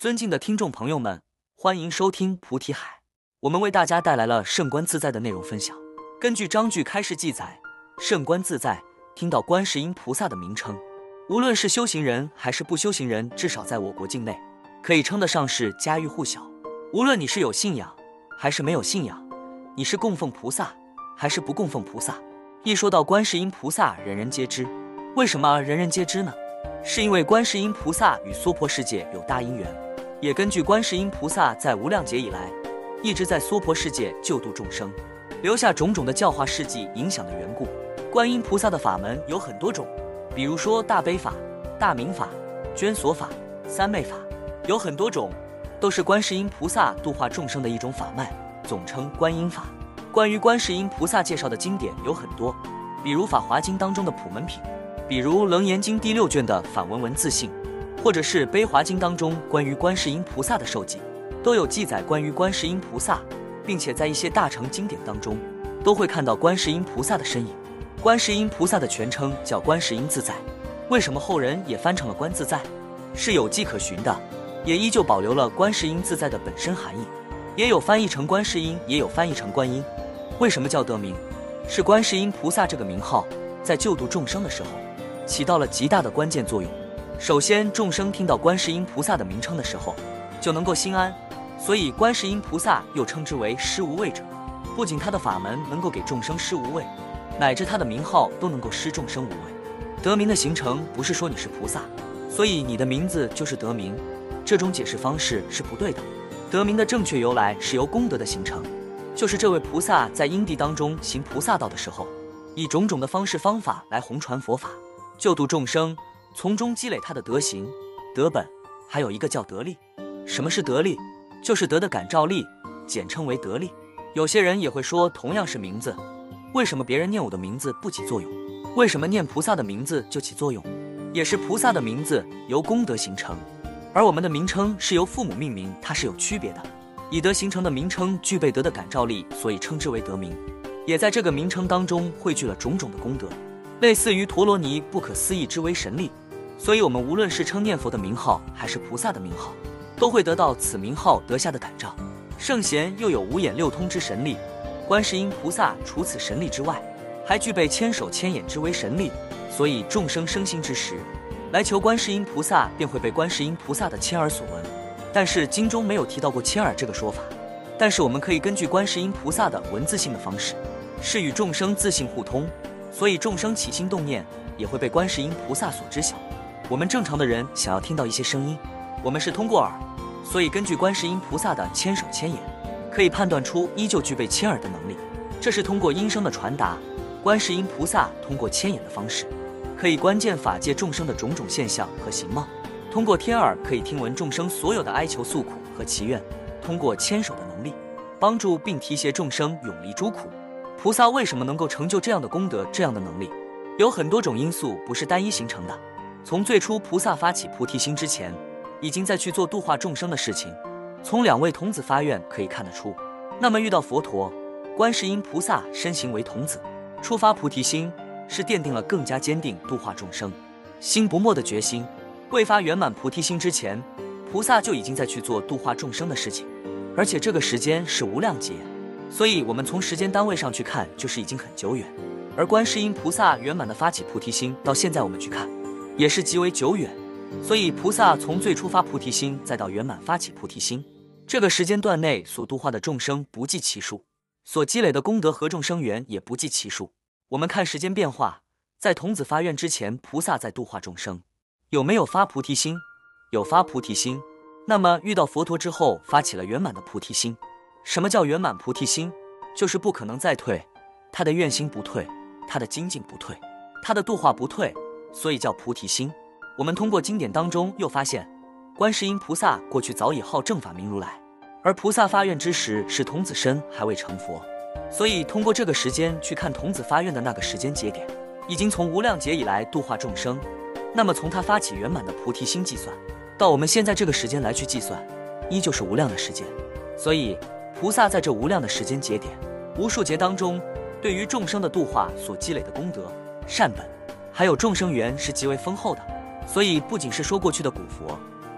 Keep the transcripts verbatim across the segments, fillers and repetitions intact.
尊敬的听众朋友们，欢迎收听菩提海，我们为大家带来了圣观自在的内容分享。根据章句开示记载，圣观自在，听到观世音菩萨的名称，无论是修行人还是不修行人，至少在我国境内，可以称得上是家喻户晓。无论你是有信仰还是没有信仰，你是供奉菩萨还是不供奉菩萨，一说到观世音菩萨，人人皆知。为什么人人皆知呢？是因为观世音菩萨与娑婆世界有大因缘，也根据观世音菩萨在无量劫以来一直在娑婆世界救度众生，留下种种的教化事迹影响的缘故。观音菩萨的法门有很多种，比如说大悲法、大明法、捐所法、三昧法，有很多种，都是观世音菩萨度化众生的一种法脉，总称观音法。关于观世音菩萨介绍的经典有很多，比如法华经当中的普门品，比如楞严经第六卷的反文文字性，或者是悲华经当中关于观世音菩萨的授记，都有记载关于观世音菩萨，并且在一些大乘经典当中都会看到观世音菩萨的身影。观世音菩萨的全称叫观世音自在，为什么后人也翻成了观自在？是有迹可循的，也依旧保留了观世音自在的本身含义，也有翻译成观世音，也有翻译成观音。为什么叫得名？是观世音菩萨这个名号在救度众生的时候起到了极大的关键作用。首先，众生听到观世音菩萨的名称的时候就能够心安，所以观世音菩萨又称之为施无畏者。不仅他的法门能够给众生施无畏，乃至他的名号都能够施众生无畏。得名的形成不是说你是菩萨，所以你的名字就是得名，这种解释方式是不对的。得名的正确由来是由功德的形成，就是这位菩萨在因地当中行菩萨道的时候，以种种的方式方法来弘传佛法，救度众生，从中积累他的德行、德本，还有一个叫德力。什么是德力？就是德的感召力，简称为德力。有些人也会说，同样是名字，为什么别人念我的名字不起作用？为什么念菩萨的名字就起作用？也是菩萨的名字由功德形成，而我们的名称是由父母命名，它是有区别的。以德形成的名称具备德的感召力，所以称之为德名，也在这个名称当中汇聚了种种的功德，类似于陀罗尼不可思议之为神力。所以我们无论是称念佛的名号还是菩萨的名号，都会得到此名号得下的感召。圣贤又有五眼六通之神力，观世音菩萨除此神力之外，还具备千手千眼之为神力，所以众生生心之时来求观世音菩萨，便会被观世音菩萨的千耳所闻。但是经中没有提到过千耳这个说法，但是我们可以根据观世音菩萨的文字性的方式，是与众生自性互通，所以众生起心动念也会被观世音菩萨所知晓。我们正常的人想要听到一些声音，我们是通过耳，所以根据观世音菩萨的千手千眼，可以判断出依旧具备千耳的能力。这是通过音声的传达，观世音菩萨通过千眼的方式，可以观见法界众生的种种现象和形貌。通过天耳可以听闻众生所有的哀求诉苦和祈愿，通过千手的能力，帮助并提携众生永离诸苦。菩萨为什么能够成就这样的功德、这样的能力？有很多种因素，不是单一形成的。从最初菩萨发起菩提心之前，已经在去做度化众生的事情。从两位童子发愿可以看得出。那么遇到佛陀、观世音菩萨身形为童子，出发菩提心，是奠定了更加坚定度化众生、心不没的决心。未发圆满菩提心之前，菩萨就已经在去做度化众生的事情，而且这个时间是无量劫，所以我们从时间单位上去看，就是已经很久远。而观世音菩萨圆满的发起菩提心，到现在我们去看，也是极为久远。所以菩萨从最初发菩提心，再到圆满发起菩提心，这个时间段内所度化的众生不计其数，所积累的功德和众生缘也不计其数。我们看时间变化，在童子发愿之前，菩萨在度化众生，有没有发菩提心？有发菩提心。那么遇到佛陀之后，发起了圆满的菩提心。什么叫圆满菩提心？就是不可能再退，他的愿心不退，他的精进不退，他的度化不退，所以叫菩提心。我们通过经典当中又发现，观世音菩萨过去早已号正法明如来，而菩萨发愿之时是童子身还未成佛，所以通过这个时间去看童子发愿的那个时间节点，已经从无量劫以来度化众生。那么从他发起圆满的菩提心计算，到我们现在这个时间来去计算，依旧是无量的时间。所以菩萨在这无量的时间节点、无数劫当中，对于众生的度化所积累的功德、善本，还有众生缘是极为丰厚的。所以不仅是说过去的古佛，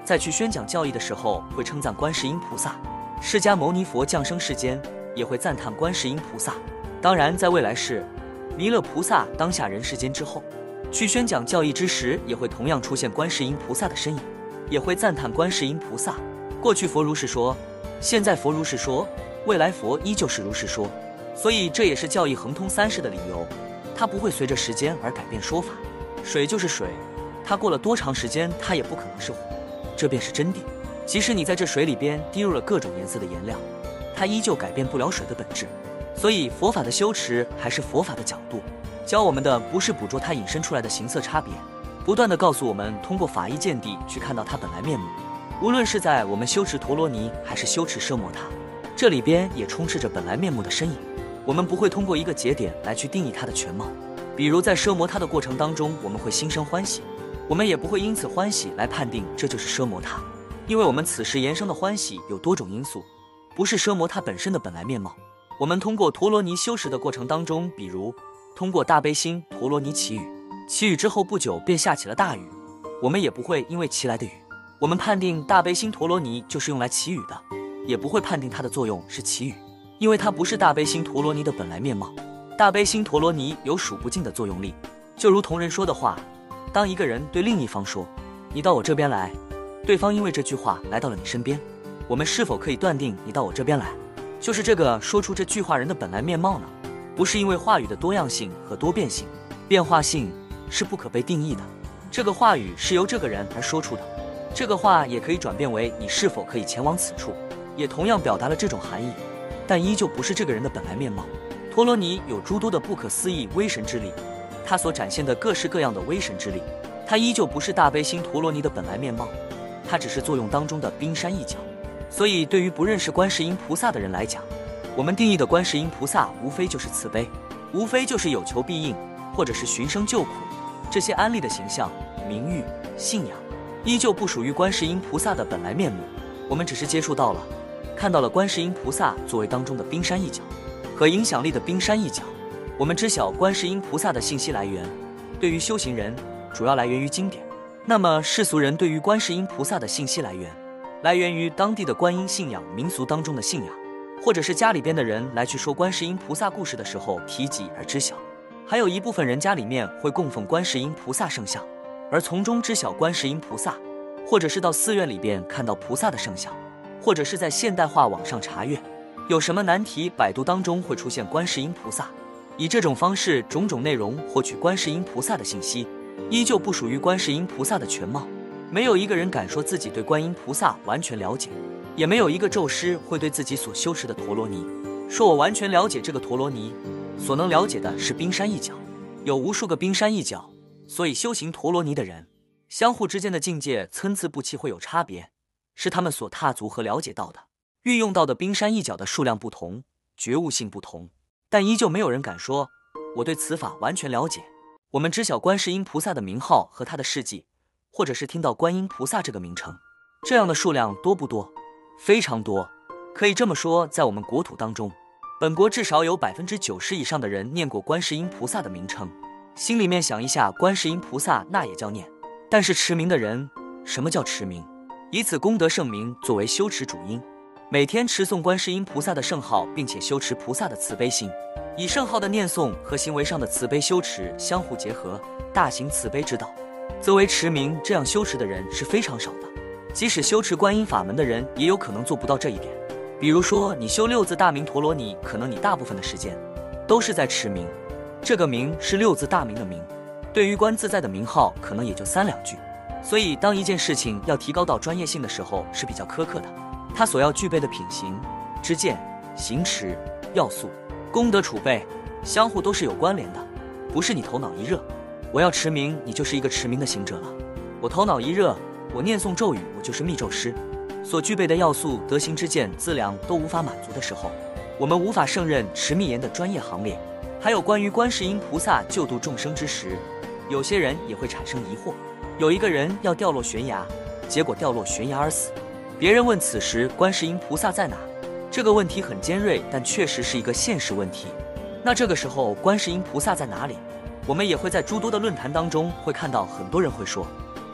在去宣讲教义的时候，会称赞观世音菩萨；释迦牟尼佛降生世间，也会赞叹观世音菩萨。当然，在未来世，弥勒菩萨当下人世间之后，去宣讲教义之时，也会同样出现观世音菩萨的身影，也会赞叹观世音菩萨。过去佛如是说，现在佛如是说，未来佛依旧是如是说。所以这也是教义恒通三世的理由，它不会随着时间而改变说法。水就是水，它过了多长时间，它也不可能是火，这便是真谛。即使你在这水里边滴入了各种颜色的颜料，它依旧改变不了水的本质。所以佛法的修持还是佛法的角度，教我们的不是捕捉它引申出来的形色差别，不断地告诉我们通过法义见谛去看到它本来面目。无论是在我们修持陀罗尼还是修持奢摩他，这里边也充斥着本来面目的身影。我们不会通过一个节点来去定义它的全貌，比如在奢摩他的过程当中，我们会心生欢喜，我们也不会因此欢喜来判定这就是奢摩他，因为我们此时延伸的欢喜有多种因素，不是奢摩他本身的本来面貌。我们通过陀罗尼修持的过程当中，比如通过大悲心陀罗尼祈雨，祈雨之后不久便下起了大雨，我们也不会因为祈来的雨，我们判定大悲心陀罗尼就是用来祈雨的，也不会判定它的作用是祈雨，因为它不是大悲心陀罗尼的本来面貌。大悲心陀罗尼有数不尽的作用力，就如同人说的话，当一个人对另一方说你到我这边来，对方因为这句话来到了你身边，我们是否可以断定你到我这边来就是这个说出这句话人的本来面貌呢？不是，因为话语的多样性和多变性，变化性是不可被定义的。这个话语是由这个人而说出的，这个话也可以转变为你是否可以前往此处，也同样表达了这种含义，但依旧不是这个人的本来面貌。陀罗尼有诸多的不可思议威神之力，它所展现的各式各样的威神之力，它依旧不是大悲心陀罗尼的本来面貌，它只是作用当中的冰山一角。所以对于不认识观世音菩萨的人来讲，我们定义的观世音菩萨无非就是慈悲，无非就是有求必应，或者是寻声救苦，这些安利的形象、名誉、信仰依旧不属于观世音菩萨的本来面目。我们只是接触到了，看到了观世音菩萨作为当中的冰山一角和影响力的冰山一角。我们知晓观世音菩萨的信息来源，对于修行人主要来源于经典，那么世俗人对于观世音菩萨的信息来源来源于当地的观音信仰民俗当中的信仰，或者是家里边的人来去说观世音菩萨故事的时候提及而知晓。还有一部分人家里面会供奉观世音菩萨圣像，而从中知晓观世音菩萨，或者是到寺院里边看到菩萨的圣像，或者是在现代化网上查阅有什么难题，百度当中会出现观世音菩萨，以这种方式种种内容获取观世音菩萨的信息，依旧不属于观世音菩萨的全貌。没有一个人敢说自己对观音菩萨完全了解，也没有一个咒师会对自己所修持的陀罗尼说我完全了解这个陀罗尼，所能了解的是冰山一角，有无数个冰山一角，所以修行陀罗尼的人相互之间的境界参差不齐，会有差别，是他们所踏足和了解到的运用到的冰山一角的数量不同，觉悟性不同，但依旧没有人敢说我对此法完全了解。我们知晓观世音菩萨的名号和他的事迹，或者是听到观音菩萨这个名称，这样的数量多不多？非常多。可以这么说，在我们国土当中，本国至少有百分之九十以上的人念过观世音菩萨的名称。心里面想一下，观世音菩萨那也叫念，但是持名的人，什么叫持名？以此功德圣名作为修持主因，每天持诵观世音菩萨的圣号，并且修持菩萨的慈悲心，以圣号的念诵和行为上的慈悲修持相互结合，大行慈悲之道。作为持名这样修持的人是非常少的，即使修持观音法门的人也有可能做不到这一点。比如说你修六字大明陀罗尼，可能你大部分的时间都是在持名，这个名是六字大明的名，对于观自在的名号可能也就三两句。所以当一件事情要提高到专业性的时候是比较苛刻的，它所要具备的品行、知见、行持、要素、功德储备相互都是有关联的，不是你头脑一热我要持名，你就是一个持名的行者了。我头脑一热，我念诵咒语，我就是密咒师。所具备的要素、德行、知见、资粮都无法满足的时候，我们无法胜任持密言的专业行列。还有关于观世音菩萨救度众生之时，有些人也会产生疑惑。有一个人要掉落悬崖，结果掉落悬崖而死。别人问此时观世音菩萨在哪？这个问题很尖锐，但确实是一个现实问题。那这个时候观世音菩萨在哪里？我们也会在诸多的论坛当中会看到很多人会说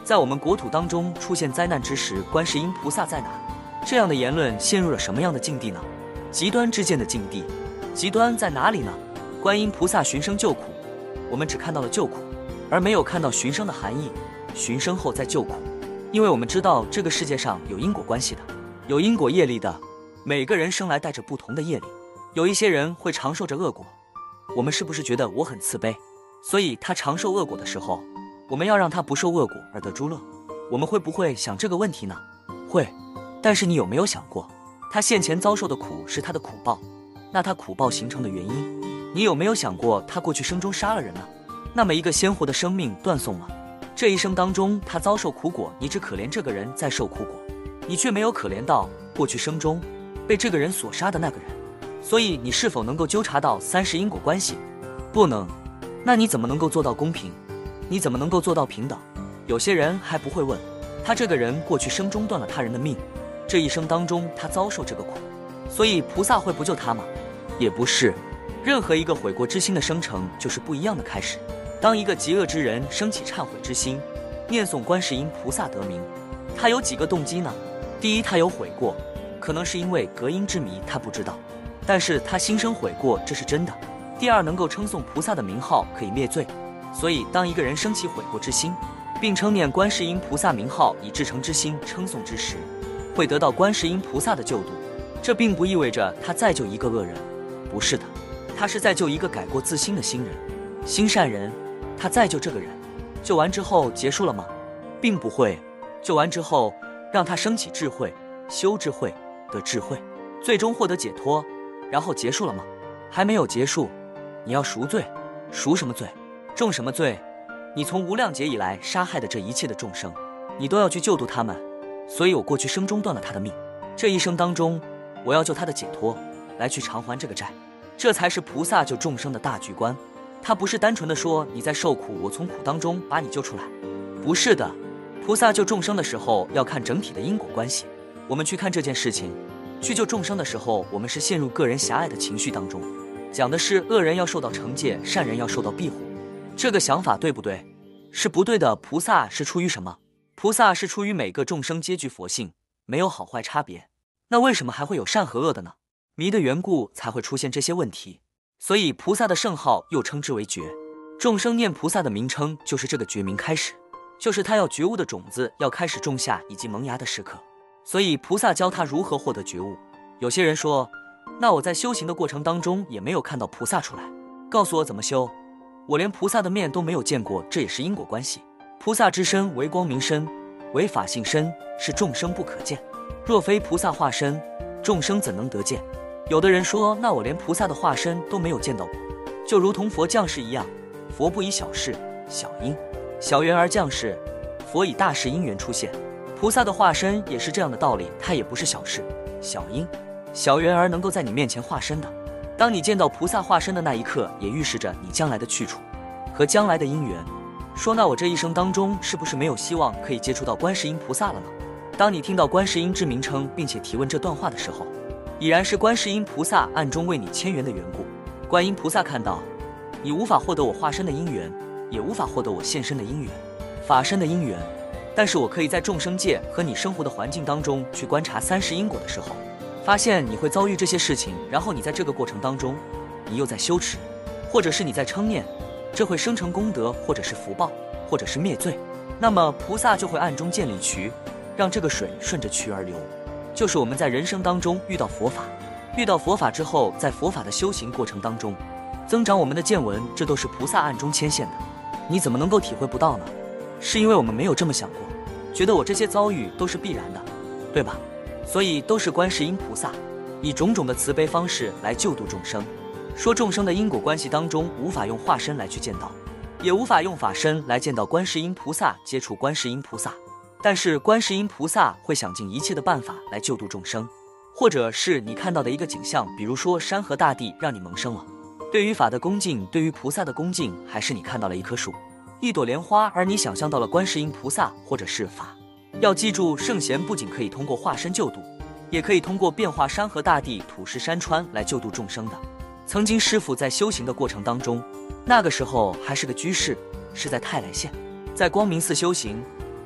在我们国土当中出现灾难之时，观世音菩萨在哪？这样的言论陷入了什么样的境地呢？极端之间的境地，极端在哪里呢？观音菩萨寻声救苦，我们只看到了救苦，而没有看到寻声的含义。寻声后再救苦，因为我们知道这个世界上有因果关系的，有因果业力的，每个人生来带着不同的业力，有一些人会长寿着恶果。我们是不是觉得我很慈悲，所以他长寿恶果的时候，我们要让他不受恶果而得诸乐？我们会不会想这个问题呢？会。但是你有没有想过，他现前遭受的苦是他的苦报，那他苦报形成的原因，你有没有想过他过去生中杀了人呢？那么一个鲜活的生命断送了，这一生当中他遭受苦果，你只可怜这个人在受苦果，你却没有可怜到过去生中被这个人所杀的那个人。所以你是否能够纠察到三世因果关系？不能。那你怎么能够做到公平？你怎么能够做到平等？有些人还不会问，他这个人过去生中断了他人的命，这一生当中他遭受这个苦，所以菩萨会不救他吗？也不是。任何一个悔过之心的生成就是不一样的开始。当一个极恶之人升起忏悔之心，念诵观世音菩萨得名，他有几个动机呢？第一，他有悔过，可能是因为隔音之谜他不知道，但是他心生悔过，这是真的。第二，能够称颂菩萨的名号可以灭罪，所以当一个人升起悔过之心，并称念观世音菩萨名号以至诚之心称颂之时，会得到观世音菩萨的救度。这并不意味着他再救一个恶人，不是的，他是在救一个改过自新的新人，新善人。他再救这个人，救完之后结束了吗？并不会。救完之后让他升起智慧，修智慧，得智慧，最终获得解脱，然后结束了吗？还没有结束。你要赎罪，赎什么罪？重什么罪？你从无量劫以来杀害的这一切的众生，你都要去救度他们。所以我过去生中断了他的命，这一生当中我要救他的解脱，来去偿还这个债。这才是菩萨救众生的大局观。他不是单纯的说你在受苦，我从苦当中把你救出来，不是的。菩萨救众生的时候要看整体的因果关系。我们去看这件事情，去救众生的时候，我们是陷入个人狭隘的情绪当中，讲的是恶人要受到惩戒，善人要受到庇护。这个想法对不对？是不对的。菩萨是出于什么？菩萨是出于每个众生皆具佛性，没有好坏差别。那为什么还会有善和恶的呢？迷的缘故才会出现这些问题。所以菩萨的圣号又称之为觉，众生念菩萨的名称就是这个觉明开始，就是他要觉悟的种子要开始种下以及萌芽的时刻。所以菩萨教他如何获得觉悟。有些人说，那我在修行的过程当中也没有看到菩萨出来，告诉我怎么修？我连菩萨的面都没有见过，这也是因果关系。菩萨之身为光明身，为法性身，是众生不可见。若非菩萨化身，众生怎能得见？有的人说，那我连菩萨的化身都没有见到过，就如同佛降世一样，佛不以小事小因小缘而降世，佛以大事因缘出现。菩萨的化身也是这样的道理，它也不是小事小因小缘而能够在你面前化身的。当你见到菩萨化身的那一刻，也预示着你将来的去处和将来的因缘。说那我这一生当中是不是没有希望可以接触到观世音菩萨了呢？当你听到观世音之名称并且提问这段话的时候，已然是观世音菩萨暗中为你牵缘的缘故。观音菩萨看到你无法获得我化身的因缘，也无法获得我现身的因缘，法身的因缘，但是我可以在众生界和你生活的环境当中去观察三世因果的时候，发现你会遭遇这些事情，然后你在这个过程当中，你又在羞耻，或者是你在称念，这会生成功德，或者是福报，或者是灭罪。那么菩萨就会暗中建立渠，让这个水顺着渠而流。就是我们在人生当中遇到佛法，遇到佛法之后，在佛法的修行过程当中增长我们的见闻，这都是菩萨暗中牵线的。你怎么能够体会不到呢？是因为我们没有这么想过，觉得我这些遭遇都是必然的，对吧？所以都是观世音菩萨以种种的慈悲方式来救度众生。说众生的因果关系当中无法用化身来去见到，也无法用法身来见到观世音菩萨，接触观世音菩萨，但是观世音菩萨会想尽一切的办法来救度众生。或者是你看到的一个景象，比如说山河大地让你萌生了对于法的恭敬，对于菩萨的恭敬，还是你看到了一棵树，一朵莲花，而你想象到了观世音菩萨或者是法。要记住，圣贤不仅可以通过化身救度，也可以通过变化山河大地、土石山川来救度众生的。曾经师父在修行的过程当中，那个时候还是个居士，是在泰来县，在光明寺修行。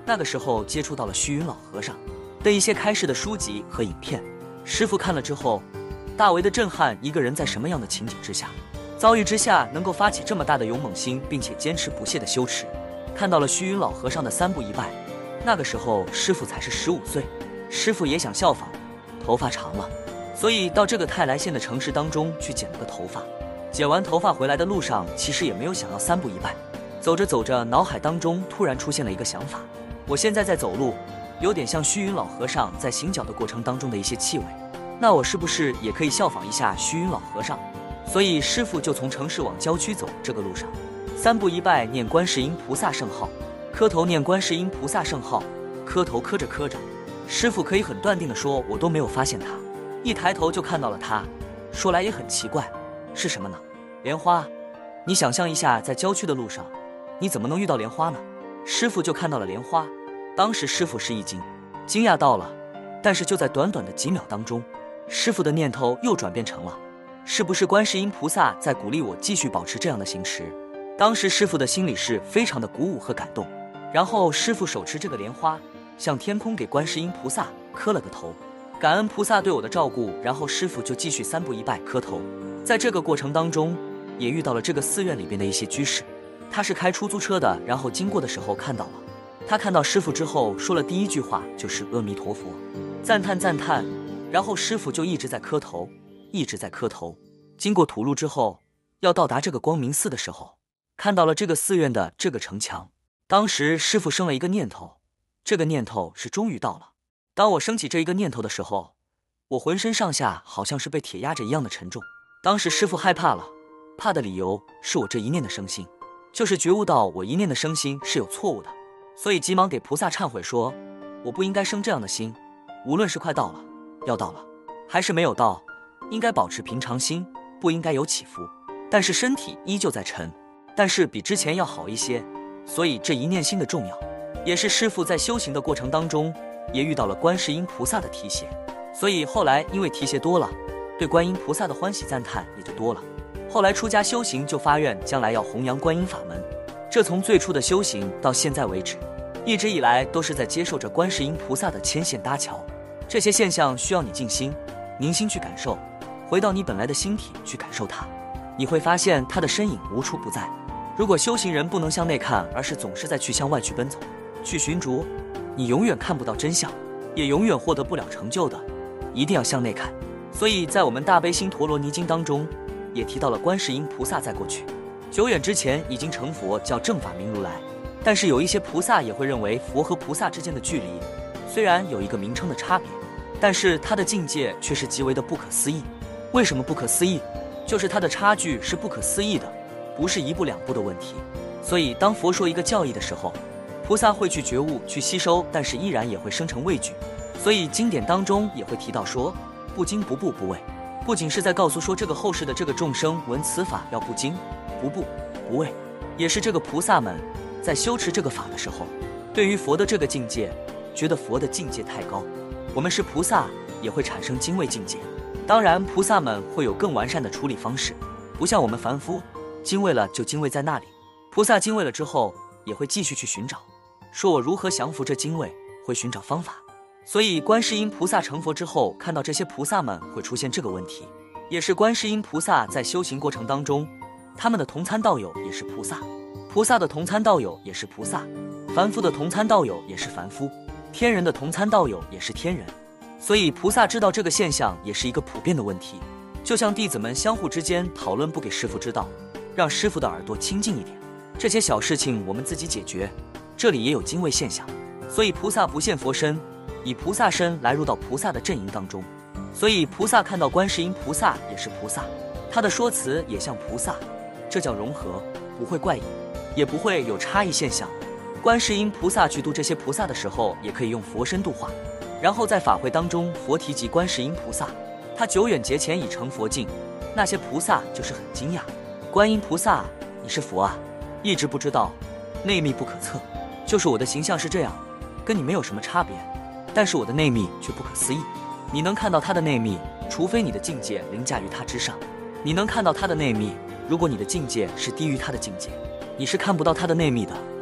那个时候接触到了虚云老和尚的一些开示的书籍和影片，师父看了之后，大为的震撼。一个人在什么样的情景之下、遭遇之下，能够发起这么大的勇猛心，并且坚持不懈的修持？看到了虚云老和尚的三步一拜，那个时候师父才是十五岁，师父也想效仿，头发长了，所以到这个泰来县的城市当中去剪了个头发。剪完头发回来的路上，其实也没有想要三步一拜。走着走着，脑海当中突然出现了一个想法：我现在在走路，有点像虚云老和尚在行脚的过程当中的一些气味，那我是不是也可以效仿一下虚云老和尚？所以师父就从城市往郊区走，这个路上三步一拜，念观世音菩萨圣号，磕头念观世音菩萨圣号，磕头磕着磕着，师父可以很断定的说，我都没有发现他，一抬头就看到了他。说来也很奇怪，是什么呢？莲花。你想象一下，在郊区的路上，你怎么能遇到莲花呢？师父就看到了莲花，当时师父是一惊，惊讶到了。但是就在短短的几秒当中，师父的念头又转变成了，是不是观世音菩萨在鼓励我继续保持这样的行持？当时师父的心里是非常的鼓舞和感动。然后师父手持这个莲花，向天空给观世音菩萨磕了个头，感恩菩萨对我的照顾。然后师父就继续三步一拜磕头。在这个过程当中，也遇到了这个寺院里边的一些居士，他是开出租车的，然后经过的时候看到了。他看到师父之后说了第一句话就是阿弥陀佛，赞叹赞叹。然后师父就一直在磕头，一直在磕头。经过土路之后，要到达这个光明寺的时候，看到了这个寺院的这个城墙。当时师父生了一个念头，这个念头是终于到了。当我升起这一个念头的时候，我浑身上下好像是被铁压着一样的沉重。当时师父害怕了，怕的理由是我这一念的生心，就是觉悟到我一念的生心是有错误的，所以急忙给菩萨忏悔说，我不应该生这样的心，无论是快到了，要到了，还是没有到，应该保持平常心，不应该有起伏。但是身体依旧在沉，但是比之前要好一些。所以这一念心的重要，也是师父在修行的过程当中也遇到了观世音菩萨的提携，所以后来因为提携多了，对观音菩萨的欢喜赞叹也就多了。后来出家修行就发愿将来要弘扬观音法门。这从最初的修行到现在为止，一直以来都是在接受着观世音菩萨的牵线搭桥。这些现象需要你静心凝心去感受，回到你本来的心体去感受它，你会发现它的身影无处不在。如果修行人不能向内看，而是总是在去向外去奔走去寻逐，你永远看不到真相，也永远获得不了成就的。一定要向内看。所以在我们大悲心陀罗尼经当中也提到了观世音菩萨在过去久远之前已经成佛，叫正法明如来。但是有一些菩萨也会认为佛和菩萨之间的距离虽然有一个名称的差别，但是他的境界却是极为的不可思议。为什么不可思议？就是他的差距是不可思议的，不是一步两步的问题。所以当佛说一个教义的时候，菩萨会去觉悟去吸收，但是依然也会生成畏惧。所以经典当中也会提到说，不惊不怖不畏，不仅是在告诉说这个后世的这个众生闻此法要不惊不怖不畏，也是这个菩萨们在修持这个法的时候，对于佛的这个境界觉得佛的境界太高，我们是菩萨也会产生敬畏境界。当然菩萨们会有更完善的处理方式，不像我们凡夫敬畏了就敬畏在那里，菩萨敬畏了之后也会继续去寻找，说我如何降服这敬畏，会寻找方法。所以观世音菩萨成佛之后，看到这些菩萨们会出现这个问题，也是观世音菩萨在修行过程当中，他们的同参道友也是菩萨，菩萨的同参道友也是菩萨，凡夫的同参道友也是凡夫，天人的同参道友也是天人。所以菩萨知道这个现象也是一个普遍的问题，就像弟子们相互之间讨论不给师父知道，让师父的耳朵清净一点，这些小事情我们自己解决，这里也有敬畏现象。所以菩萨不现佛身，以菩萨身来入到菩萨的阵营当中。所以菩萨看到观世音菩萨也是菩萨，他的说辞也像菩萨，这叫融合，不会怪异，也不会有差异现象。观世音菩萨去度这些菩萨的时候，也可以用佛身度化。然后在法会当中，佛提及观世音菩萨，他久远劫前已成佛境，那些菩萨就是很惊讶，观音菩萨你是佛啊？一直不知道，内密不可测，就是我的形象是这样，跟你没有什么差别，但是我的内密却不可思议。你能看到他的内密，除非你的境界凌驾于他之上，你能看到他的内密，如果你的境界是低于他的境界，你是看不到他的内密的。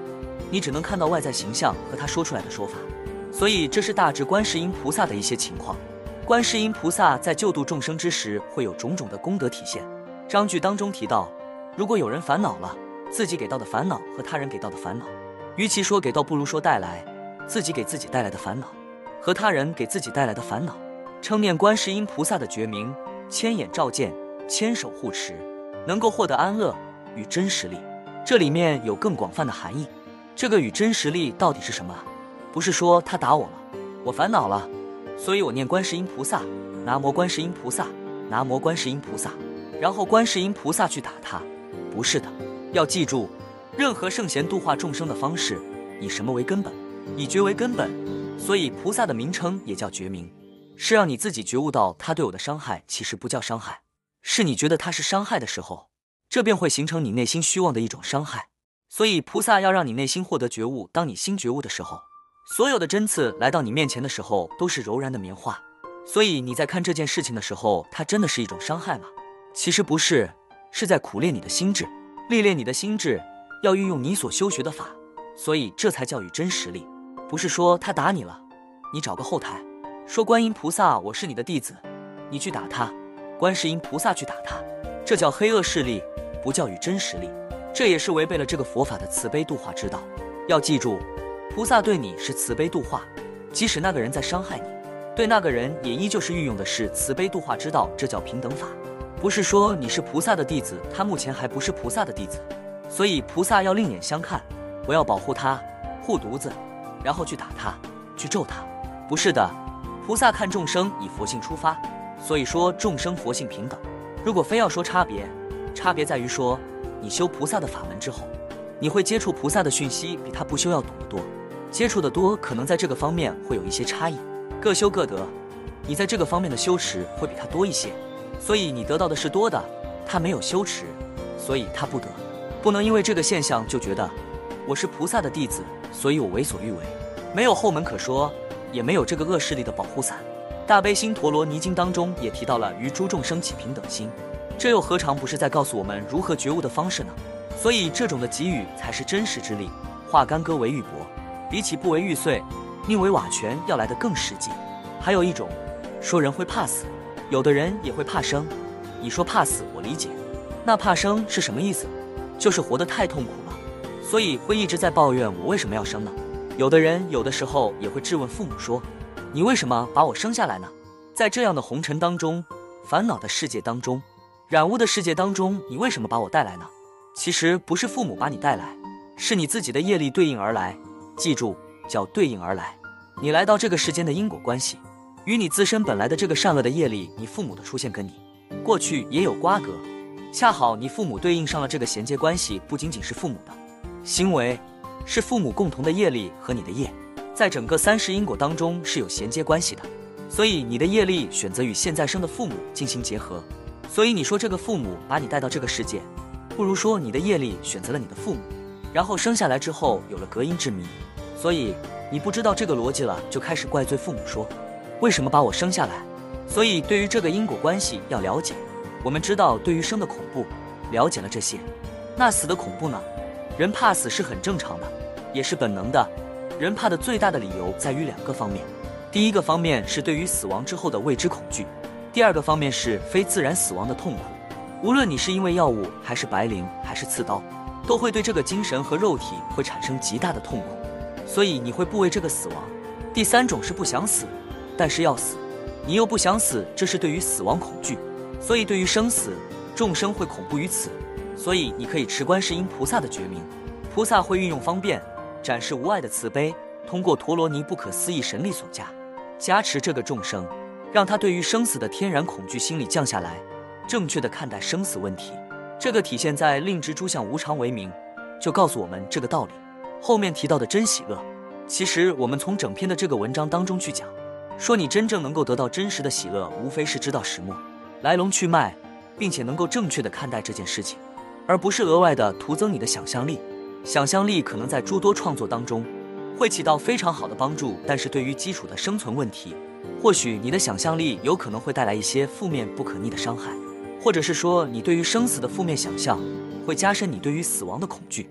你只能看到外在形象和他说出来的说法。所以这是大至观世音菩萨的一些情况。观世音菩萨在救度众生之时，会有种种的功德体现。章句当中提到，如果有人烦恼了，自己给到的烦恼和他人给到的烦恼，与其说给到，不如说带来，自己给自己带来的烦恼和他人给自己带来的烦恼。称念观世音菩萨的觉名，千眼照见，千手护持，能够获得安乐与真实力。这里面有更广泛的含义。这个与真实力到底是什么？不是说他打我了，我烦恼了，所以我念观世音菩萨，南无观世音菩萨，南无观世音菩萨，然后观世音菩萨去打他。不是的，要记住，任何圣贤度化众生的方式，以什么为根本？以觉为根本。所以菩萨的名称也叫觉明，是让你自己觉悟到他对我的伤害其实不叫伤害，是你觉得他是伤害的时候，这便会形成你内心虚妄的一种伤害。所以菩萨要让你内心获得觉悟，当你心觉悟的时候，所有的针刺来到你面前的时候都是柔然的棉花。所以你在看这件事情的时候，它真的是一种伤害吗？其实不是，是在苦练你的心智，历练你的心智，要运用你所修学的法。所以这才叫与真实力。不是说他打你了，你找个后台说观音菩萨我是你的弟子，你去打他，观世音菩萨去打他，这叫黑恶势力，不叫与真实力。这也是违背了这个佛法的慈悲度化之道。要记住，菩萨对你是慈悲度化，即使那个人在伤害你，对那个人也依旧是运用的是慈悲度化之道，这叫平等法。不是说你是菩萨的弟子，他目前还不是菩萨的弟子，所以菩萨要另眼相看，我要保护他，护犊子，然后去打他，去咒他。不是的，菩萨看众生以佛性出发，所以说众生佛性平等。如果非要说差别，差别在于说你修菩萨的法门之后，你会接触菩萨的讯息比他不修要懂得多，接触的多，可能在这个方面会有一些差异，各修各得，你在这个方面的修持会比他多一些，所以你得到的是多的，他没有修持，所以他不得。不能因为这个现象就觉得我是菩萨的弟子，所以我为所欲为，没有后门可说，也没有这个恶势力的保护伞。大悲心陀罗尼经当中也提到了于诸众生起平等心，这又何尝不是在告诉我们如何觉悟的方式呢？所以这种的给予才是真实之力，化干戈为玉帛，比起不为玉碎，宁为瓦全要来得更实际。还有一种说人会怕死，有的人也会怕生。你说怕死我理解，那怕生是什么意思？就是活得太痛苦了，所以会一直在抱怨我为什么要生呢？有的人有的时候也会质问父母说，你为什么把我生下来呢？在这样的红尘当中，烦恼的世界当中，染污的世界当中，你为什么把我带来呢？其实不是父母把你带来，是你自己的业力对应而来。记住，叫对应而来。你来到这个世间的因果关系，与你自身本来的这个善恶的业力，你父母的出现跟你过去也有瓜葛，恰好你父母对应上了这个衔接关系，不仅仅是父母的行为，是父母共同的业力和你的业，在整个三世因果当中是有衔接关系的。所以你的业力选择与现在生的父母进行结合，所以你说这个父母把你带到这个世界，不如说你的业力选择了你的父母，然后生下来之后有了隔音之谜。所以你不知道这个逻辑了，就开始怪罪父母说为什么把我生下来。所以对于这个因果关系要了解，我们知道对于生的恐怖，了解了这些，那死的恐怖呢？人怕死是很正常的，也是本能的。人怕的最大的理由在于两个方面，第一个方面是对于死亡之后的未知恐惧，第二个方面是非自然死亡的痛苦。无论你是因为药物还是白绫还是刺刀，都会对这个精神和肉体会产生极大的痛苦，所以你会不为这个死亡。第三种是不想死，但是要死，你又不想死，这是对于死亡恐惧。所以对于生死，众生会恐怖于此。所以你可以持观世音菩萨的觉明，菩萨会运用方便，展示无碍的慈悲，通过陀罗尼不可思议神力所加，加持这个众生，让他对于生死的天然恐惧心理降下来，正确的看待生死问题。这个体现在令知诸相无常为明，就告诉我们这个道理。后面提到的真喜乐，其实我们从整篇的这个文章当中去讲，说你真正能够得到真实的喜乐，无非是知道始末、来龙去脉，并且能够正确的看待这件事情，而不是额外的徒增你的想象力。想象力可能在诸多创作当中会起到非常好的帮助，但是对于基础的生存问题，或许你的想象力有可能会带来一些负面不可逆的伤害，或者是说你对于生死的负面想象会加深你对于死亡的恐惧，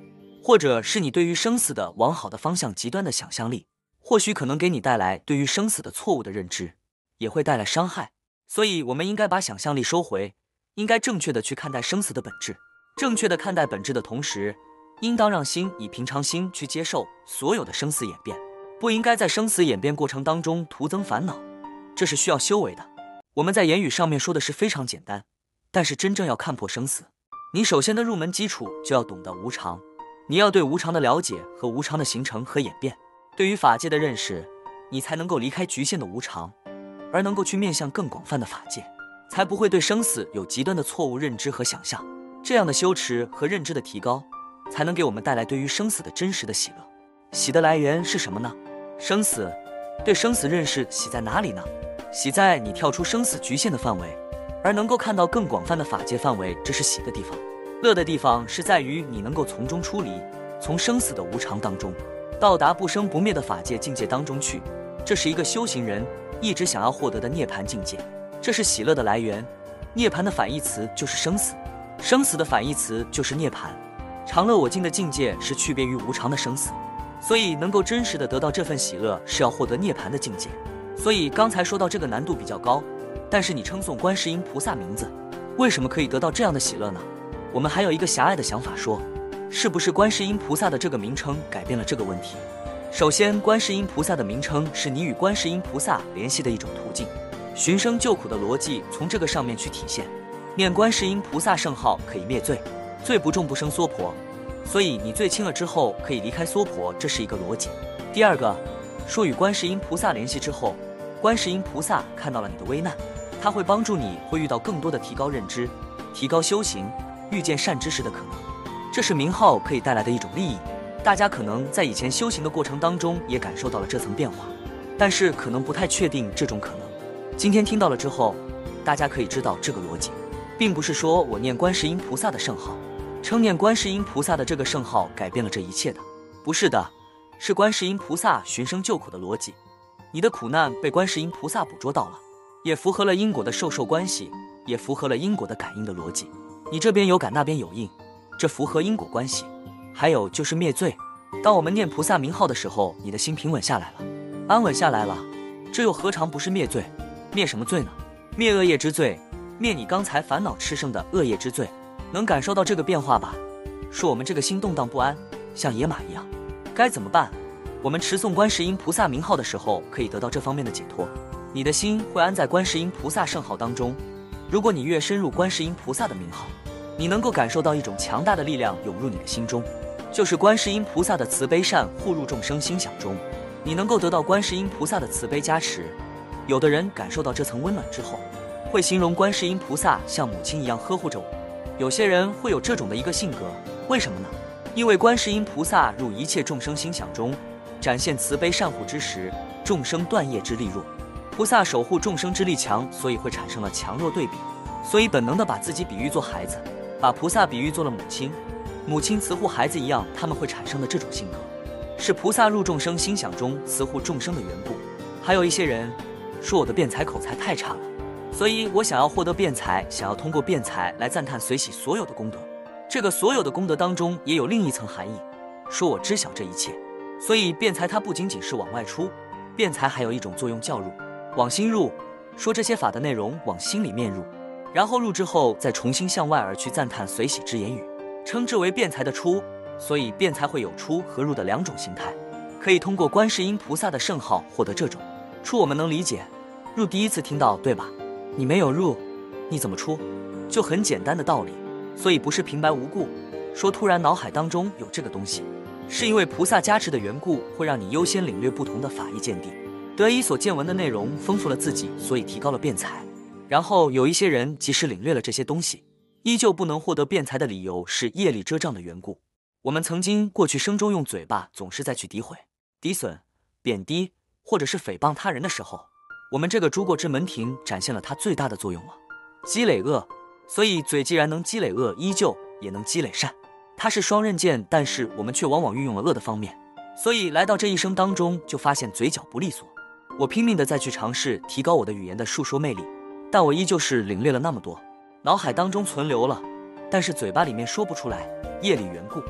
或者是你对于生死的往好的方向极端的想象力，或许可能给你带来对于生死的错误的认知，也会带来伤害。所以我们应该把想象力收回，应该正确的去看待生死的本质。正确的看待本质的同时，应当让心以平常心去接受所有的生死演变，不应该在生死演变过程当中徒增烦恼，这是需要修为的。我们在言语上面说的是非常简单，但是真正要看破生死，你首先的入门基础就要懂得无常，你要对无常的了解和无常的形成和演变，对于法界的认识，你才能够离开局限的无常，而能够去面向更广泛的法界，才不会对生死有极端的错误认知和想象。这样的修持和认知的提高，才能给我们带来对于生死的真实的喜乐。喜的来源是什么呢？生死，对生死认识喜在哪里呢？喜在你跳出生死局限的范围，而能够看到更广泛的法界范围，这是喜的地方。乐的地方是在于你能够从中出离，从生死的无常当中到达不生不灭的法界境界当中去，这是一个修行人一直想要获得的涅槃境界，这是喜乐的来源。涅槃的反义词就是生死，生死的反义词就是涅槃。常乐我净的境界是区别于无常的生死，所以能够真实的得到这份喜乐是要获得涅槃的境界。所以刚才说到这个难度比较高，但是你称颂观世音菩萨名字，为什么可以得到这样的喜乐呢？我们还有一个狭隘的想法说，是不是观世音菩萨的这个名称改变了这个问题？首先，观世音菩萨的名称是你与观世音菩萨联系的一种途径，寻声救苦的逻辑从这个上面去体现。念观世音菩萨圣号可以灭罪，罪不重不生娑婆，所以你罪轻了之后可以离开娑婆，这是一个逻辑。第二个，说与观世音菩萨联系之后，观世音菩萨看到了你的危难，他会帮助你，会遇到更多的提高认知、提高修行、遇见善知识的可能，这是名号可以带来的一种利益。大家可能在以前修行的过程当中也感受到了这层变化，但是可能不太确定这种可能。今天听到了之后，大家可以知道这个逻辑，并不是说我念观世音菩萨的圣号，称念观世音菩萨的这个圣号改变了这一切的，不是的，是观世音菩萨寻声救苦的逻辑。你的苦难被观世音菩萨捕捉到了，也符合了因果的受受关系，也符合了因果的感应的逻辑。你这边有感，那边有应，这符合因果关系。还有就是灭罪，当我们念菩萨名号的时候，你的心平稳下来了，安稳下来了，这又何尝不是灭罪？灭什么罪呢？灭恶业之罪，灭你刚才烦恼炽盛的恶业之罪。能感受到这个变化吧？说我们这个心动荡不安，像野马一样，该怎么办？我们持诵观世音菩萨名号的时候，可以得到这方面的解脱。你的心会安在观世音菩萨圣号当中。如果你越深入观世音菩萨的名号，你能够感受到一种强大的力量涌入你的心中，就是观世音菩萨的慈悲善护入众生心想中，你能够得到观世音菩萨的慈悲加持。有的人感受到这层温暖之后，会形容观世音菩萨像母亲一样呵护着我。有些人会有这种的一个性格，为什么呢？因为观世音菩萨入一切众生心想中，展现慈悲善护之时，众生断业之力弱，菩萨守护众生之力强，所以会产生了强弱对比，所以本能的把自己比喻作孩子，把菩萨比喻作了母亲，母亲慈护孩子一样，他们会产生的这种性格，是菩萨入众生心想中慈护众生的缘故。还有一些人说我的辩才口才太差了，所以我想要获得辩才，想要通过辩才来赞叹随喜所有的功德。这个所有的功德当中也有另一层含义，说我知晓这一切。所以辩才它不仅仅是往外出，辩才还有一种作用叫入，往心入，说这些法的内容往心里面入，然后入之后再重新向外而去赞叹随喜之言语，称之为辩才的出。所以辩才会有出和入的两种形态，可以通过观世音菩萨的圣号获得这种出。我们能理解，入第一次听到对吧？你没有入，你怎么出？就很简单的道理。所以不是平白无故说突然脑海当中有这个东西，是因为菩萨加持的缘故，会让你优先领略不同的法义见地，得以所见闻的内容丰富了自己，所以提高了辩才。然后有一些人即使领略了这些东西，依旧不能获得辩才的理由是业力遮障的缘故。我们曾经过去生中用嘴巴总是在去诋毁、诋损、贬低或者是诽谤他人的时候，我们这个诸过之门庭展现了它最大的作用了，积累恶。所以嘴既然能积累恶，依旧也能积累善，它是双刃剑，但是我们却往往运用了恶的方面。所以来到这一生当中，就发现嘴角不利索。我拼命的再去尝试提高我的语言的述说魅力，但我依旧是领略了那么多，脑海当中存留了，但是嘴巴里面说不出来，业力缘故。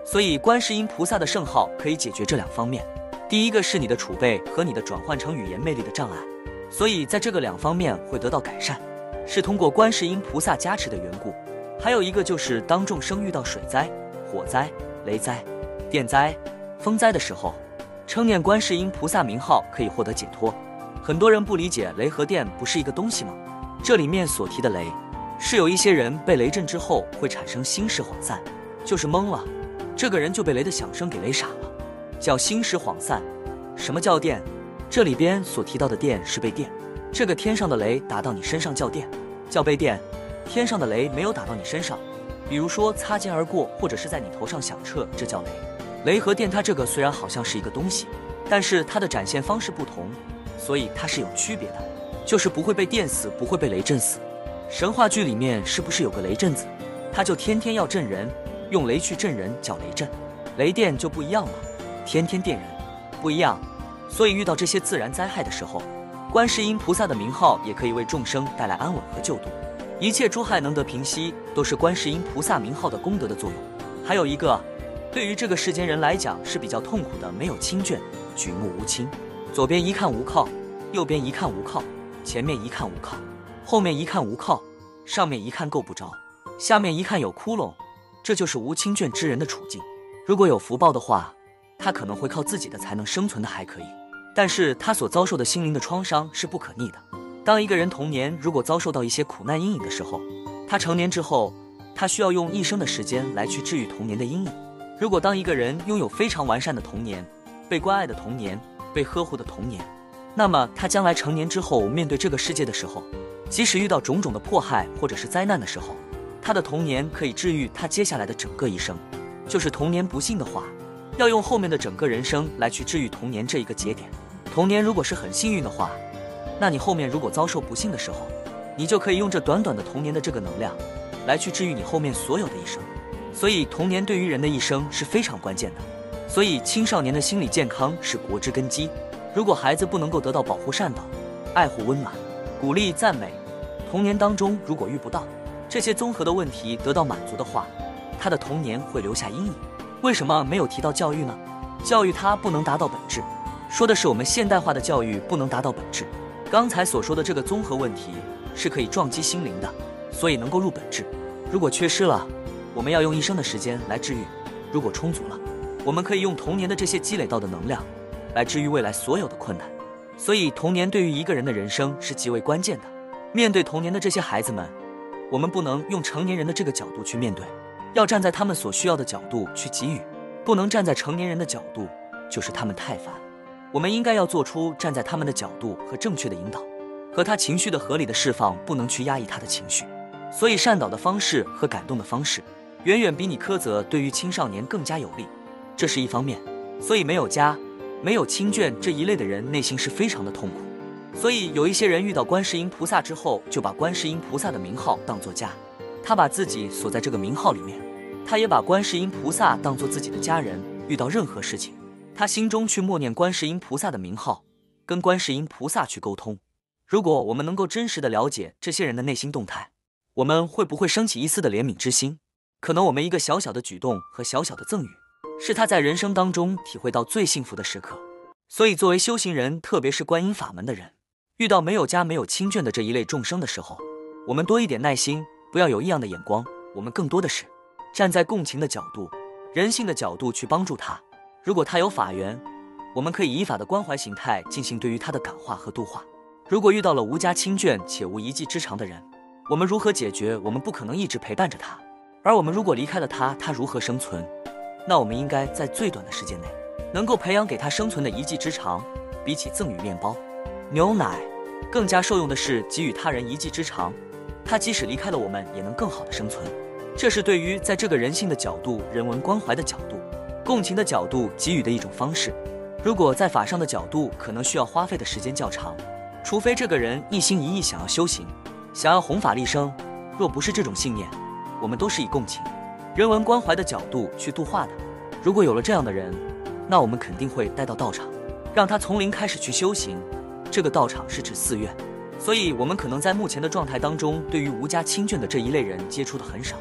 所以观世音菩萨的圣号可以解决这两方面。第一个是你的储备和你的转换成语言魅力的障碍，所以在这个两方面会得到改善，是通过观世音菩萨加持的缘故。还有一个就是当众生遇到水灾、火灾、雷灾、电灾、风灾的时候，称念观世音菩萨名号可以获得解脱。很多人不理解雷和电不是一个东西吗？这里面所提的雷，是有一些人被雷震之后会产生心识涣散，就是懵了，这个人就被雷的响声给雷傻了，叫心识涣散。什么叫电？这里边所提到的电是被电，这个天上的雷打到你身上叫电，叫被电。天上的雷没有打到你身上，比如说擦肩而过，或者是在你头上响彻，这叫雷。雷和电它这个虽然好像是一个东西，但是它的展现方式不同，所以它是有区别的，就是不会被电死，不会被雷震死。神话剧里面是不是有个雷震子，他就天天要震人，用雷去震人叫雷震。雷电就不一样了，天天电人不一样。所以遇到这些自然灾害的时候，观世音菩萨的名号也可以为众生带来安稳和救度，一切诸害能得平息，都是观世音菩萨名号的功德的作用。还有一个，对于这个世间人来讲是比较痛苦的，没有亲眷，举目无亲，左边一看无靠，右边一看无靠，前面一看无靠，后面一看无靠，上面一看够不着，下面一看有窟窿，这就是无亲眷之人的处境。如果有福报的话，他可能会靠自己的才能生存的还可以，但是他所遭受的心灵的创伤是不可逆的。当一个人童年如果遭受到一些苦难阴影的时候，他成年之后，他需要用一生的时间来去治愈童年的阴影。如果当一个人拥有非常完善的童年，被关爱的童年，被呵护的童年，那么他将来成年之后面对这个世界的时候，即使遇到种种的迫害或者是灾难的时候，他的童年可以治愈他接下来的整个一生。就是童年不幸的话，要用后面的整个人生来去治愈童年这一个节点。童年如果是很幸运的话，那你后面如果遭受不幸的时候，你就可以用这短短的童年的这个能量来去治愈你后面所有的一生。所以童年对于人的一生是非常关键的，所以青少年的心理健康是国之根基。如果孩子不能够得到保护善导、爱护温暖、鼓励赞美，童年当中如果遇不到这些综合的问题得到满足的话，他的童年会留下阴影。为什么没有提到教育呢？教育它不能达到本质，说的是我们现代化的教育不能达到本质。刚才所说的这个综合问题是可以撞击心灵的，所以能够入本质。如果缺失了，我们要用一生的时间来治愈；如果充足了，我们可以用童年的这些积累到的能量来治愈未来所有的困难。所以童年对于一个人的人生是极为关键的。面对童年的这些孩子们，我们不能用成年人的这个角度去面对，要站在他们所需要的角度去给予，不能站在成年人的角度，就是他们太烦。我们应该要做出站在他们的角度和正确的引导，和他情绪的合理的释放，不能去压抑他的情绪。所以善导的方式和感动的方式，远远比你苛责对于青少年更加有利，这是一方面。所以没有家、没有亲眷这一类的人，内心是非常的痛苦。所以有一些人遇到观世音菩萨之后，就把观世音菩萨的名号当作家，他把自己锁在这个名号里面，他也把观世音菩萨当作自己的家人。遇到任何事情，他心中去默念观世音菩萨的名号，跟观世音菩萨去沟通。如果我们能够真实的了解这些人的内心动态，我们会不会升起一丝的怜悯之心？可能我们一个小小的举动和小小的赠与，是他在人生当中体会到最幸福的时刻。所以作为修行人，特别是观音法门的人，遇到没有家没有亲眷的这一类众生的时候，我们多一点耐心，不要有异样的眼光，我们更多的是站在共情的角度、人性的角度去帮助他。如果他有法缘，我们可以以法的关怀形态进行对于他的感化和度化。如果遇到了无家亲眷且无一技之长的人，我们如何解决？我们不可能一直陪伴着他，而我们如果离开了他，他如何生存？那我们应该在最短的时间内能够培养给他生存的一技之长。比起赠予面包、牛奶，更加受用的是给予他人一技之长，他即使离开了我们，也能更好的生存。这是对于在这个人性的角度、人文关怀的角度、共情的角度给予的一种方式。如果在法上的角度，可能需要花费的时间较长，除非这个人一心一意想要修行，想要弘法利生。若不是这种信念，我们都是以共情、人文关怀的角度去度化的。如果有了这样的人，那我们肯定会带到道场，让他从零开始去修行。这个道场是指寺院，所以我们可能在目前的状态当中，对于无家亲眷的这一类人接触的很少。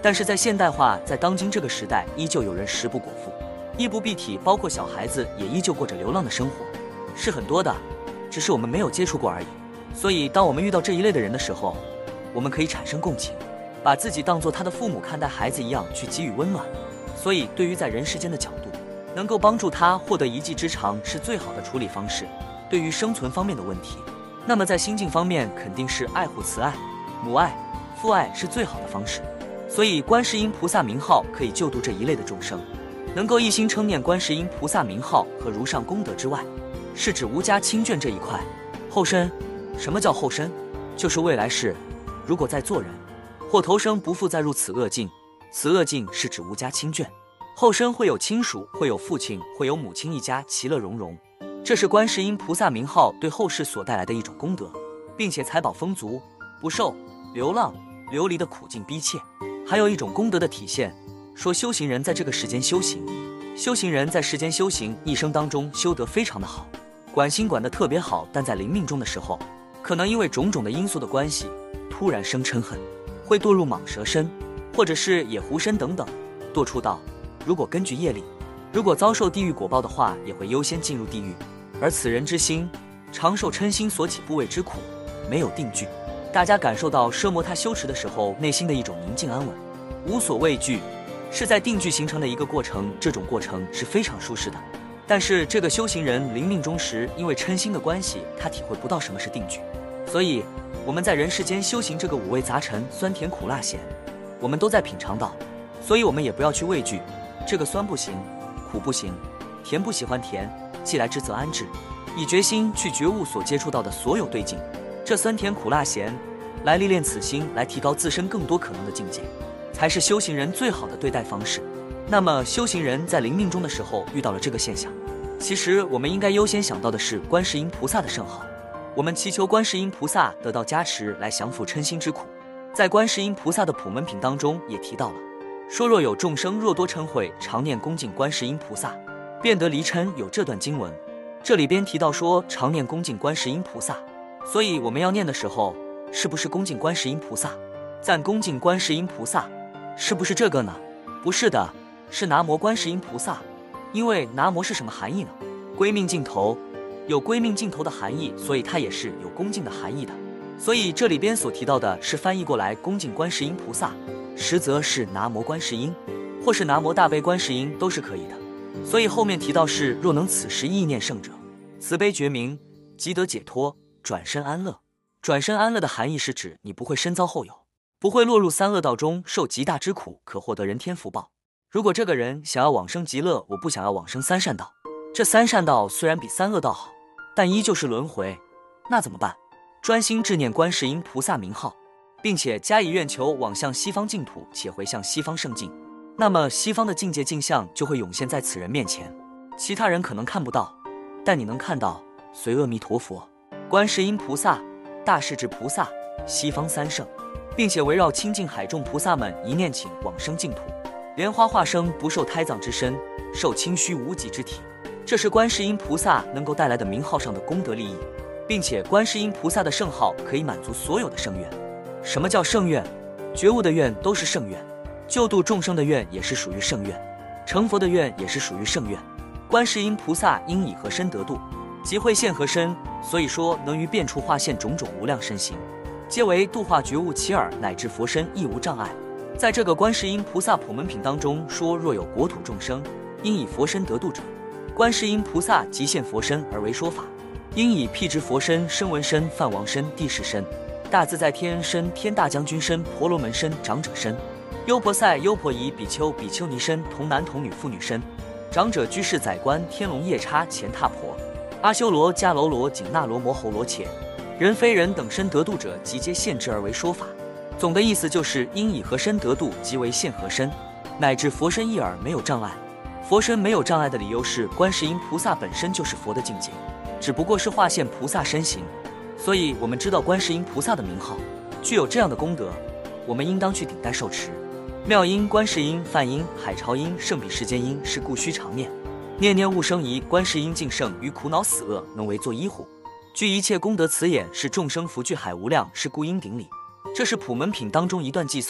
但是在现代化，在当今这个时代，依旧有人食不果腹，衣不蔽体，包括小孩子也依旧过着流浪的生活，是很多的，只是我们没有接触过而已。所以当我们遇到这一类的人的时候，我们可以产生共情，把自己当作他的父母看待孩子一样去给予温暖。所以对于在人世间的角度，能够帮助他获得一技之长是最好的处理方式。对于生存方面的问题，那么在心境方面肯定是爱护、慈爱、母爱、父爱是最好的方式。所以观世音菩萨名号可以救度这一类的众生，能够一心称念观世音菩萨名号和如上功德之外，是指无家亲眷这一块。后身，什么叫后身？就是未来世，如果在做人或投生不复再入此恶境，此恶境是指无家亲眷，后身会有亲属，会有父亲，会有母亲，一家其乐融融。这是观世音菩萨名号对后世所带来的一种功德，并且财宝丰足，不受流浪流离的苦境逼切。还有一种功德的体现，说修行人在这个时间修行，修行人在世间修行，一生当中修得非常的好，管心管得特别好，但在临命中的时候，可能因为种种的因素的关系，突然生嗔恨，会堕入蟒蛇身，或者是野狐身等等，堕畜道。如果根据业力，如果遭受地狱果报的话，也会优先进入地狱。而此人之心，常受嗔心所起部位之苦，没有定聚。大家感受到奢摩他修持的时候，内心的一种宁静安稳，无所畏惧，是在定聚形成的一个过程，这种过程是非常舒适的。但是这个修行人临命终时，因为嗔心的关系，他体会不到什么是定聚。所以我们在人世间修行这个五味杂陈，酸甜苦辣咸，我们都在品尝到，所以我们也不要去畏惧，这个酸不行，苦不行，甜不喜欢甜，既来之则安之，以决心去觉悟所接触到的所有对境，这酸甜苦辣咸来历练此心，来提高自身更多可能的境界，才是修行人最好的对待方式。那么修行人在临命终的时候遇到了这个现象，其实我们应该优先想到的是观世音菩萨的圣号，我们祈求观世音菩萨得到加持，来降服嗔心之苦。在观世音菩萨的普门品当中也提到了，说若有众生若多嗔恚，常念恭敬观世音菩萨，便得离嗔。有这段经文，这里边提到说常念恭敬观世音菩萨，所以我们要念的时候，是不是恭敬观世音菩萨，赞恭敬观世音菩萨，是不是这个呢？不是的，是南无观世音菩萨。因为南无是什么含义呢？归命尽头，有归命尽头的含义，所以它也是有恭敬的含义的。所以这里边所提到的是翻译过来恭敬观世音菩萨，实则是南无观世音，或是南无大悲观世音都是可以的。所以后面提到是若能此时意念圣者，慈悲觉明，即得解脱，转身安乐。转身安乐的含义是指你不会身遭后有，不会落入三恶道中受极大之苦，可获得人天福报。如果这个人想要往生极乐，我不想要往生三善道，这三善道虽然比三恶道好，但依旧是轮回，那怎么办？专心致念观世音菩萨名号，并且加以愿求往向西方净土，且回向西方圣境，那么西方的境界镜像就会涌现在此人面前，其他人可能看不到，但你能看到随阿弥陀佛、观世音菩萨、大势至菩萨、西方三圣，并且围绕清净海众菩萨们一念请往生净土。莲花化生不受胎藏之身，受清虚无极之体，这是观世音菩萨能够带来的名号上的功德利益，并且观世音菩萨的圣号可以满足所有的圣愿。什么叫圣愿？觉悟的愿都是圣愿，救度众生的愿也是属于圣愿，成佛的愿也是属于圣愿。观世音菩萨应以何身得度，即会现何身，所以说能于变处化现种种无量身形，皆为度化觉悟其耳，乃至佛身亦无障碍。在这个观世音菩萨普门品当中说，若有国土众生应以佛身得度者，观世音菩萨即现佛身而为说法，应以辟支佛身、声闻身、梵王身、地势身、大自在天身、天大将军身、婆罗门身、长者身、优婆塞、优婆夷、比丘、比丘尼身、童男童女妇女身、长者居士、宰官、天龙夜叉、乾闼婆、阿修罗、迦楼罗、紧那罗、摩吼罗且人非人等身得度者，即皆现之而为说法。总的意思就是应以何身得度，即为现何身，乃至佛身一耳没有障碍。佛身没有障碍的理由是观世音菩萨本身就是佛的境界，只不过是化现菩萨身形。所以我们知道观世音菩萨的名号具有这样的功德，我们应当去顶戴受持。妙音、观世音、梵音、海潮音、圣彼世间音是故须常念，念念勿生疑。观世音净圣于苦恼死厄能为作依护，具一切功德慈眼，是众生福聚海无量，是故应顶礼。这是普门品当中一段偈颂，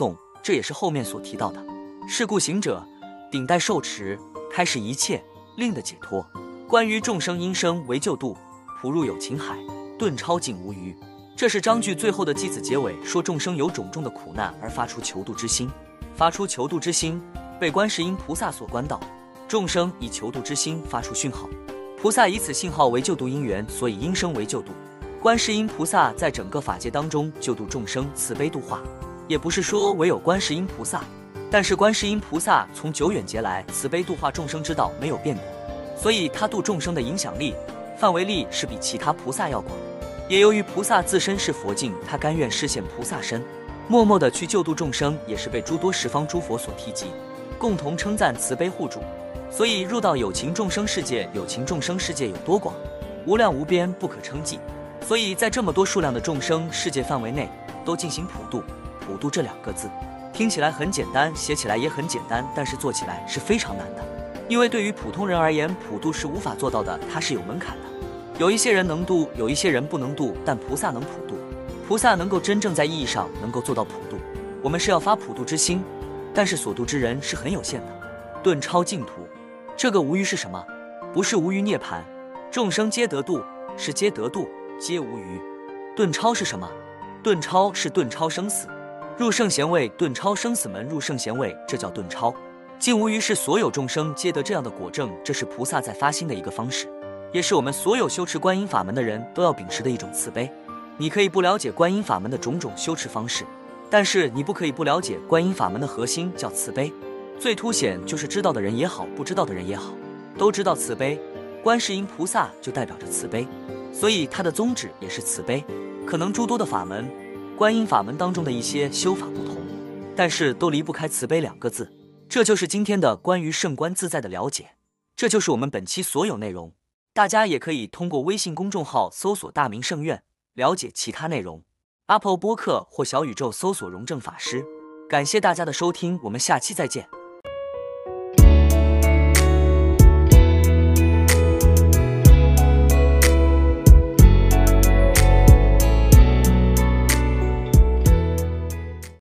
这也是后面所提到的。是故行者，顶戴受持，开示一切，令的解脱。关于众生因生为救度，普入有情海，顿超尽无余。这是章句最后的偈子结尾，说众生有种种的苦难而发出求度之心，发出求度之心，被观世音菩萨所观到。众生以求度之心发出讯号，菩萨以此信号为救度因缘，所以因生为救度。观世音菩萨在整个法界当中救度众生，慈悲度化，也不是说唯有观世音菩萨，但是观世音菩萨从久远劫来慈悲度化众生之道没有变过，所以他度众生的影响力、范围力是比其他菩萨要广。也由于菩萨自身是佛境，他甘愿示现菩萨身，默默地去救度众生，也是被诸多十方诸佛所提及，共同称赞慈悲护主。所以入到有情众生世界，有情众生世界有多广，无量无边，不可称计。所以在这么多数量的众生世界范围内，都进行普度。普度这两个字听起来很简单，写起来也很简单，但是做起来是非常难的。因为对于普通人而言，普度是无法做到的，它是有门槛的。有一些人能度，有一些人不能度，但菩萨能普度。菩萨能够真正在意义上能够做到普度。我们是要发普度之心，但是所度之人是很有限的。顿超净土，这个无余是什么？不是无余涅槃，众生皆得度，是皆得度，皆无余。顿超是什么？顿超是顿超生死，入圣贤位，顿超生死门，入圣贤位，这叫顿超。尽无余是所有众生皆得这样的果证，这是菩萨在发心的一个方式，也是我们所有修持观音法门的人都要秉持的一种慈悲。你可以不了解观音法门的种种修持方式，但是你不可以不了解观音法门的核心叫慈悲。最凸显就是知道的人也好，不知道的人也好，都知道慈悲。观世音菩萨就代表着慈悲，所以他的宗旨也是慈悲。可能诸多的法门，观音法门当中的一些修法不同，但是都离不开慈悲两个字。这就是今天的关于圣观自在的了解，这就是我们本期所有内容。大家也可以通过微信公众号搜索大明圣院了解其他内容， Apple 播客或小宇宙搜索荣正法师。感谢大家的收听，我们下期再见。